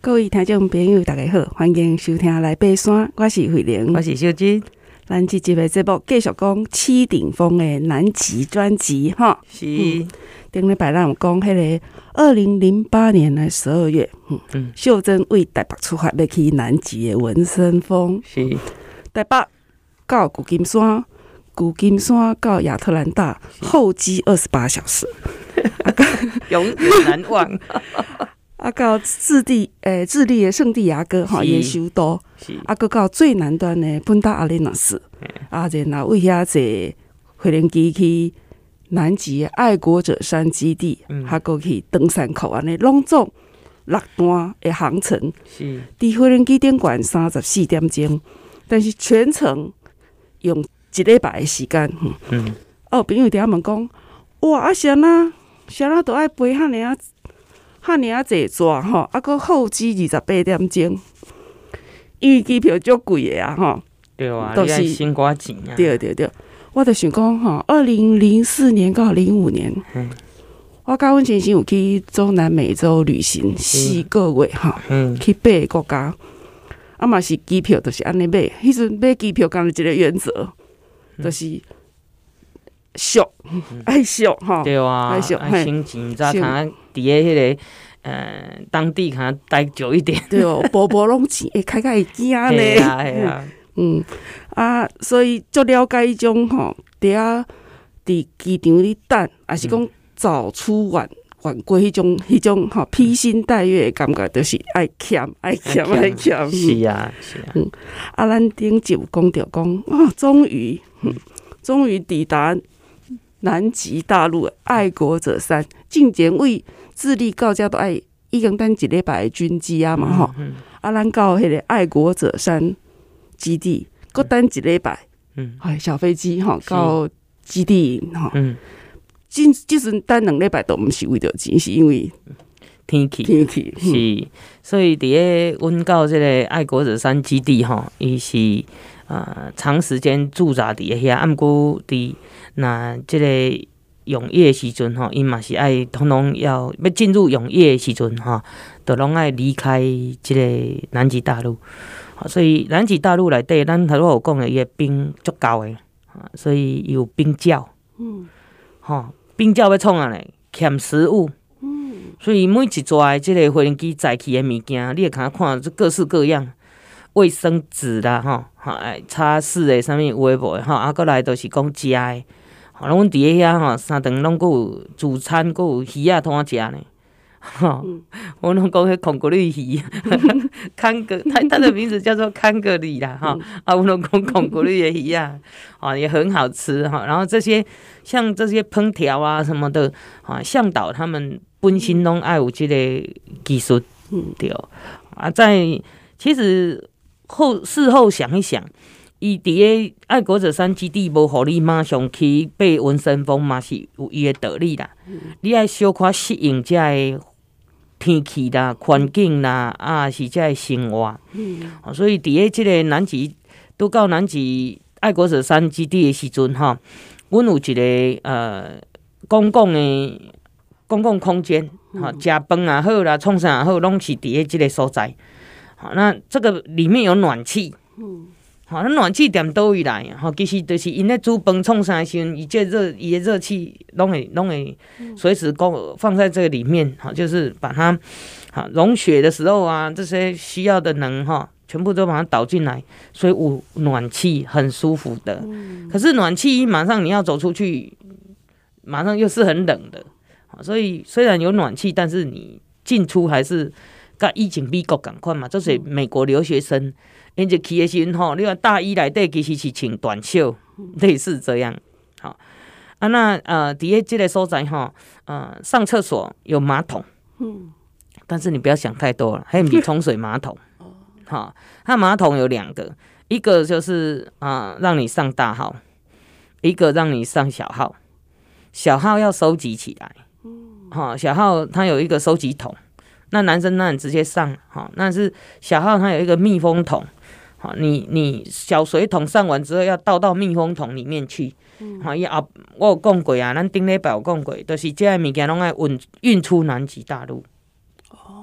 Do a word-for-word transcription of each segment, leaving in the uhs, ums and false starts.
各位听众朋友大家好，欢迎收听来爬山，我是慧玲， 我是小金。 咱这集的节目继续讲七顶峰的南极专辑哈。 是。 嗯顶礼拜咱有讲迄个二零零八年的十二月，嗯，嗯秀珍为台北出发要去南极的文森峰， 是台北到旧金山，旧金山到亚特兰大，候机二十八小时， 永远难忘。 啊，到智地诶，智利的圣地亚哥吼，也首都，啊，搁到最南端的punta Arenas，啊，然后为遐坐飞行机去南极的爱国者山基地，还搁去登山口安尼，拢总六段的航程， 是， 伫飞行机顶管三十四点钟，但是全程用一礼拜的时间。嗯，哦，朋友伫遐问讲，哇，啊，谁啊，谁啊，都爱飞遐尔啊，遐尔啊济纸吼，啊，搁候机二十八点钟，因为机票足贵的啊，吼。 对啊，都是先花钱啊。 对对对。我就想讲吼，二零零四年到零五年，嗯、我甲阮先生有去中南美洲旅行四个月哈，嗯、去八个国家，啊嘛是机票就是安尼买，迄阵买机票干了一个原则，嗯、就是俗爱俗哈， 对啊，爱俗，爱省钱，早看伫咧迄个呃当地看待久一点， 对哦，步步拢钱会开开会惊呢， 系啊系啊。 嗯啊，所以足了解迄种吼，伫遐伫机场咧等，还是讲早出晚晚归迄种迄种吼披星戴月的感觉，就是爱欠爱欠爱欠。 是啊是啊。 嗯，啊，咱顶集有讲着讲啊，终于，嗯，终于抵达南极大陆的爱国者山，进前为智利到遮都爱已经等一礼拜的军机啊嘛吼，嗯嗯、啊，咱到迄个爱国者山基地，搁等一礼拜，嗯，哎，小飞机吼到基地吼，嗯，即即阵等两礼拜都毋是为着钱，是因为天气， 天气、 嗯、是，所以伫咧阮到即个爱国者山基地吼，伊是呃长时间驻扎伫遐，啊，毋过伫那即个永夜时阵吼，伊嘛是爱统统要要进入永夜时阵吼，都拢爱离开即个南极大陆。所以南极大陆内底，咱头拄有讲的，伊的冰足够的，所以有冰窖。嗯，吼，冰窖要创啊咧，欠食物。嗯，所以每一撮的即个飞行机载去的物件，你会看看各式各样，卫生纸啦，吼，哈，擦拭的啥物有诶无诶，吼，啊，过来都是讲食的。吼，阮伫咧遐吼，三顿拢佫有主餐，佫有鱼仔通食呢。哈，嗯、我拢讲迄孔格绿鱼，康格，它它的名字叫做康格里啦，哈、嗯、啊，我拢讲孔格绿的鱼啊，啊也很好吃哈。然后这些像这些烹调啊什么的，啊，向导他们本身拢爱有这个技术，嗯，对啊，在其实后事后想一想，伊伫个爱国者山基地无互你马上去爬文森峰嘛是有伊的道理啦，嗯、你爱小可适应遮个天气啦、环境啦，啊是遮个生活，嗯，所以伫个即个南极，拄到南极爱国者山基地的时阵，吼，阮有一个呃公共的公共空间，哈，食饭也好啦，创啥也好，拢是伫个即个所在。好，那这个里面有暖气，嗯，好，那暖气踮倒位来？吼，其实就是因咧煮饭创啥时阵，伊这热伊的热气拢会拢会随时供放在这个里面，好，就是把它好融雪的时候啊，这些需要的能哈，全部都把它导进来，所以有暖气很舒服的。嗯、可是暖气马上你要走出去，马上又是很冷的，所以虽然有暖气，但是你进出还是跟以前美国同款嘛，就是美国留学生。因就去的时阵吼，你看大衣内底其实是穿短袖，类似这样。好啊，那呃，伫个这个所在吼，呃，上厕所有马桶，嗯，但是你不要想太多了，还不是冲水马桶。好，它马桶有两个，一个就是啊、呃，让你上大号，一个让你上小号。小号要收集起来，好，小号它有一个收集桶。那男生那你直接上，好，那是小号它有一个密封桶，好，你你小水桶上完之后要倒到密封桶里面去，好、嗯，也我有讲过啊，咱顶礼拜有讲过，就是这些物件拢爱运运出南极大陆。哦，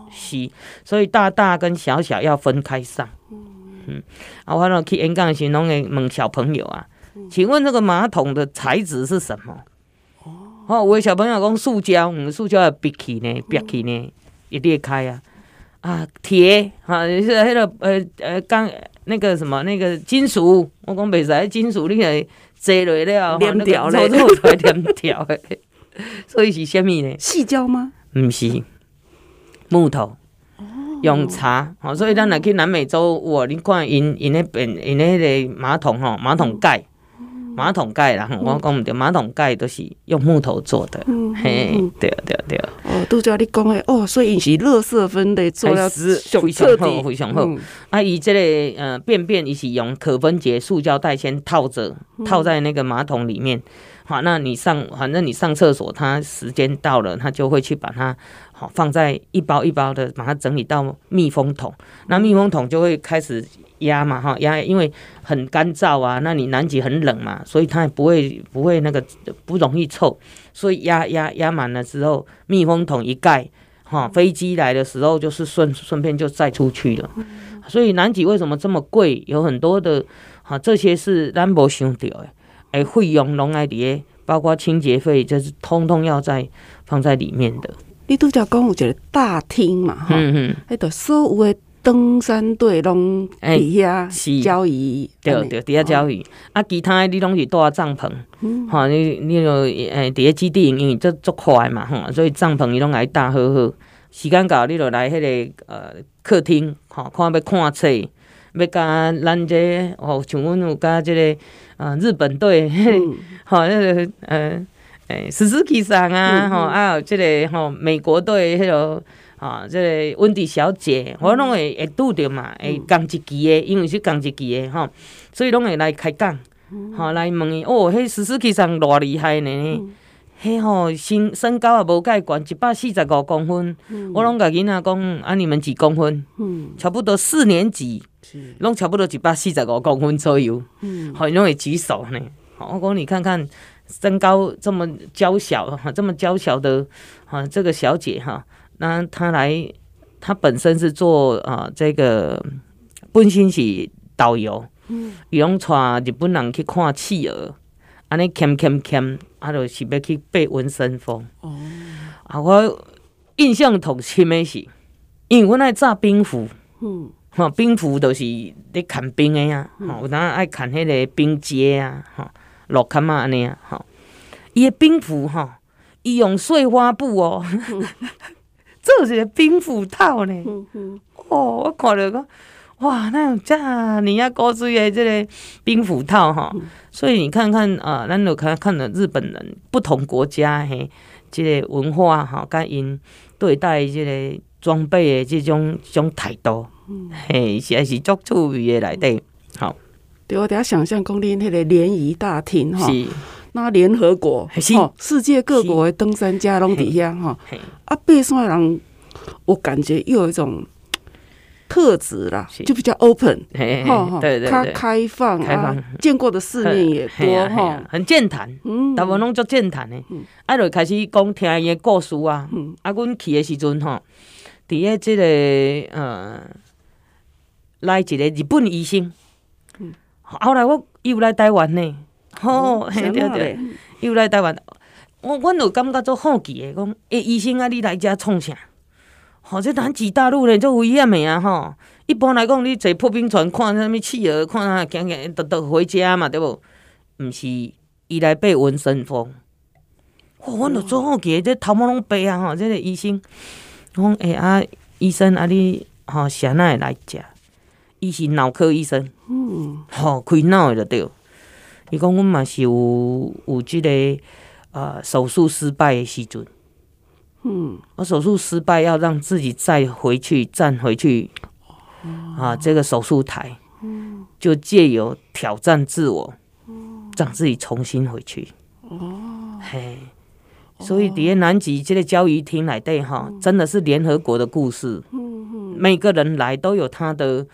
是，所以大大跟小小要分开上。嗯，啊，我那去演讲时，拢会问小朋友啊，请问这个马桶的材质是什么？哦，有的小朋友讲塑胶，嗯，塑胶会闭起呢，闭起呢，一裂开啊。啊，铁啊，是迄个呃呃钢那个什么那个金属，我讲袂使金属，你来坐落了， 黏掉咧， 做出来黏掉的。所以是啥物呢？ 细胶吗？ 毋是，木头。用茶，吼，所以咱若去南美洲，哇，你看因因那边因迄个马桶吼，马桶盖，马桶盖啦，我讲毋对，马桶盖都是用木头做的，嗯、嘿，对对对。 哦，拄则你讲的哦，所以因是垃圾分类做了非常好，非常好。嗯、啊，伊这个呃便便，伊是用可分解塑胶袋先套着，套在那个马桶里面。好，那你上，反正你上厕所，它时间到了，它就会去把它好放在一包一包的，把它整理到密封桶。那密封桶就会开始压嘛，哈压，因为很干燥啊，那你南极很冷嘛，所以它也不会不会那个不容易臭，所以压压压满了之后，密封桶一盖，哈，飞机来的时候就是顺顺便就载出去了。所以南极为什么这么贵？有很多的，哈，这些是咱没想到的。诶，费用拢爱伫，包括清洁费，就是通通要在放在里面的。 你拄则讲有一个大厅嘛，哈，嗯嗯，迄个所有的登山队拢伫遐交易， 对对，伫遐交易。啊，其他的你拢是住帐篷，哈，你你就诶伫遐基地，因为这足快嘛，吼，所以帐篷伊拢来搭好好。时间到，你就来迄个呃客厅，吼，看要看册。要甲咱这哦，像阮有甲这个啊、呃、日本队，吼、嗯，那个呃诶，史诗基上啊，吼、嗯，还有这个吼、哦、美国队迄个啊，这个温迪小姐，我拢会会拄着嘛，会讲一期的，因为是讲一期的吼，所以拢会来开讲，吼、嗯、来问伊哦，迄史诗基上偌厉害呢？嗯迄吼身身高也无介悬，一百四十五公分。嗯、我拢甲囡仔讲，啊，你们几公分？嗯、差不多四年级，拢差不多一百四十五公分左右。嗯，好，拢会举手呢。我讲你看看，身高这么娇小，哈，这么娇小的哈，这个小姐哈，那她来，她本身是做啊、呃、这个本身是导游，嗯，伊拢带日本人去看企鹅。安尼欠欠欠，啊，就是要去爬文森峰。哦，啊，我印象同深的是，因为阮爱炸冰壶，嗯，吼，冰壶就是咧砍冰的呀，吼、嗯，有当爱砍迄个冰阶啊，吼，落坎啊安尼啊，吼，伊的冰壶吼，伊用碎花布哦，嗯、做一个冰壶套呢，嗯嗯、哦，我看着讲。哇，那种这你要高水的这个冰斧套哈，嗯、所以你看看啊，咱有看看了日本人不同国家嘿，这个文化哈，甲因对待这个装备的这种这种态度，嗯、嘿，实在是足趣味的内底。好， 对我等下想象讲恁迄个联谊大厅哈，那联合国哈，世界各国的登山家拢伫遐哈，啊，爬山的人，我感觉又有一种。特质啦，就比较 open， 哈，对对对，开放啊，见过的世面也多哈， 很健谈，嗯，大部分拢足健谈的，啊，就开始讲听伊的故事啊，啊，阮去的时阵吼，伫咧即个呃，来一个日本医生，后来我伊有来台湾呢，吼，嘿对对，伊有来台湾，我阮就感觉做好奇的，讲诶，医生啊，你来遮创啥？吼、哦，这南极大陆咧，足危险的啊！吼，一般来讲，你坐破冰船看啥物企鹅，看啊，行行倒倒回家嘛，对无？毋是，伊来爬文森峰。哦，阮就做好奇，这头毛拢白啊！吼，这个医生讲，诶、欸、啊，医生啊，你吼啥哪会来遮？伊是脑科医生，嗯，吼、哦、开脑的就对。伊讲，阮嘛是有有即、这个呃手术失败的时阵。嗯，我手术失败，要让自己再回去站回去，哦、啊，这个手术台，嗯，就借由挑战自我，嗯，让自己重新回去。哦，嘿，所以伫南极这个交易厅内底哈，真的是联合国的故事。嗯嗯，每个人来都有他的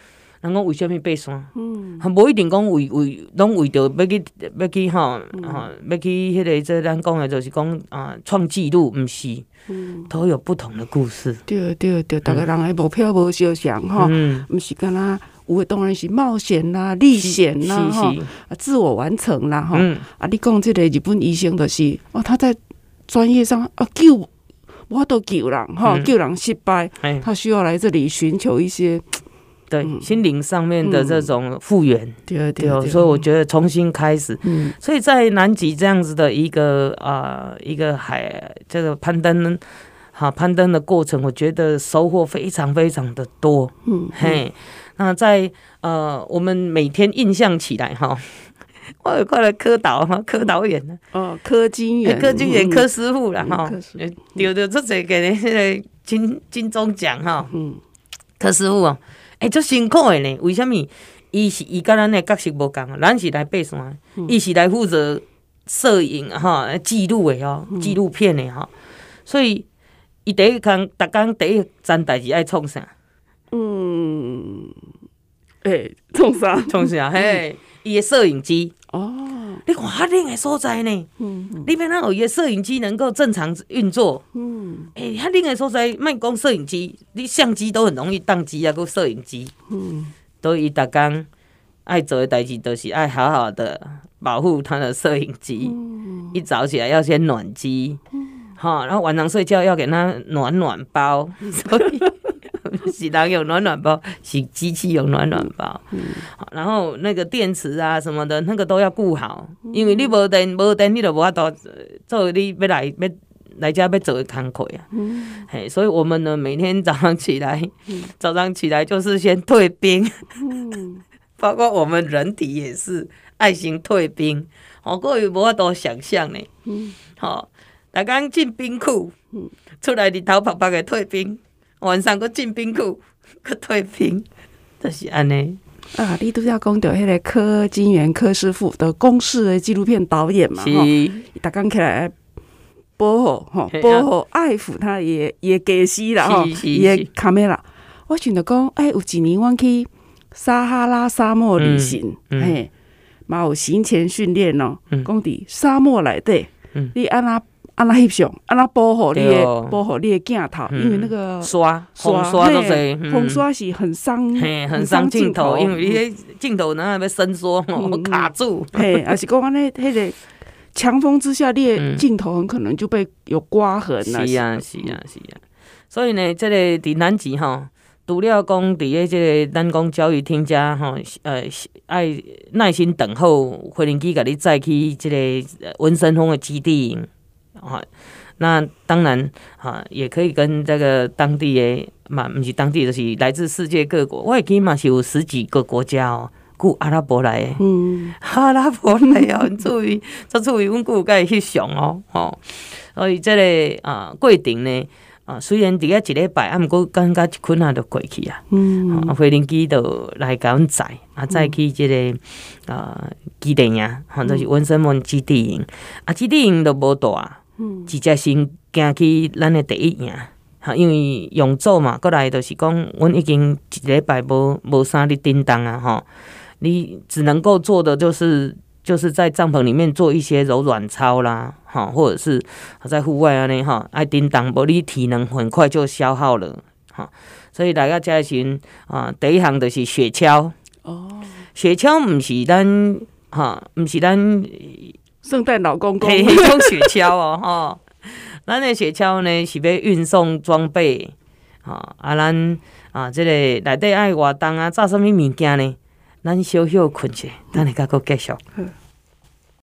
人讲为什么爬山？嗯，无一定讲为为拢为着要去要去吼吼要去迄个这咱讲的就是讲啊创纪录，毋是，嗯，都有不同的故事。 对对对，逐个人的目标无相像吼， 嗯， 毋是干那有的当然是冒险啦、历险啦吼，自我完成啦吼。嗯、啊，你讲这个日本医生就是哦，他在专业上啊救我都救人哈，救人失败，嗯、他需要来这里寻求一些。 对、嗯、心灵上面的这种复原，嗯、 对对对， 所以我觉得重新开始。嗯，所以在南极这样子的一个啊、呃、一个海这个攀登，好攀登的过程，我觉得收获非常非常的多。嗯，嘿，那在呃我们每天印象起来哈。我有看了柯导哈，柯导演呢？ 哦，柯金元， 柯金元柯师傅啦哈，得得这这个那个金金钟奖哈。嗯，柯师傅哦。哎、欸，足辛苦的呢。为什么？伊是伊甲咱的角色无共啊。咱是来爬山，伊、嗯、是来负责摄影哈、记录的哦，纪录片的哈。所以伊第一工，逐工第一件代志爱创啥？ 嗯，哎、欸，创啥？ 创啥？嘿，伊的摄影机。哦，你看遐冷的所在呢，嗯嗯、你要哪有伊的摄影机能够正常运作？嗯，哎、欸，遐冷的所在，莫讲摄影机，你相机都很容易宕机啊，搁摄影机，嗯，都伊逐工爱做的代志，都是爱好好的保护他的摄影机。嗯，一早起来要先暖机，嗯，好，然后晚上睡觉要给他暖暖包，所以。是人有暖暖包，是机器有暖暖包。嗯，然后那个电池啊什么的，那个都要顾好，因为你无电，无电你就无法度做你要来要来家要做的工课啊。嗯，嘿，所以我们呢，每天早上起来，嗯、早上起来就是先退冰。嗯，包括我们人体也是爱心退冰，哦，各位无法度想象呢。嗯，好，大家进冰库，嗯，出来日头曝曝的退冰。晚上搁进冰库，搁退冰，就是安尼啊！你都要讲到迄个柯金元柯师傅的公视的纪录片导演嘛，吼，逐工起来保护吼，保护爱抚他也也给死啦吼，也卡梅拉。我想着讲，哎，有一年我去撒哈拉沙漠旅行，嗯嗯、嘿，嘛有行前训练哦，讲伫沙漠内底，嗯、你安那。安那翕相，安那保护你的保护你的镜头，嗯、因为那个刷红刷都是红刷是很伤， 很伤镜头，因为你迄镜头然后要伸缩，嗯、卡住， 嘿，还是讲安尼迄个强风之下，你的镜头很可能就被有刮痕了。 是啊，是啊，是啊。所以呢，这个伫南极吼，除了讲伫个这个咱讲教育厅家吼，呃，爱耐心等候飞行机甲你载去这个文森峰的基地营。啊，那当然啊，也可以跟这个当地的嘛，不是当地，就是来自世界各国。我会记嘛是有十几个国家哦，有阿拉伯来的，嗯，阿拉伯来哦，很注意，这注意，阮有甲伊翕相哦，吼。所以这个啊过程呢，啊虽然伫遐一礼拜，啊，毋过感觉一困仔就过去啊。嗯，啊，飞行机就来甲阮载，啊，载去这个啊基地营，吼，就是文森峰基地营，啊，基地营都无大。直接先行去咱的第一营，哈，因为用走嘛，过来就是讲，阮已经一礼拜无无啥哩叮当啊，哈，你只能够做的就是就是在帐篷里面做一些柔软操啦，哈，或者是在户外安尼哈，爱叮当，无你体能很快就消耗了，哈，所以来到这时啊，第一项就是雪橇，哦，雪橇毋是咱哈，毋是咱。 圣诞老公公， 嘿，讲雪橇哦，吼，咱的雪橇呢是要运送装备，吼，啊，咱啊，这个内底爱活动啊，炸什么物件呢？咱小小困者，等下再搁继续。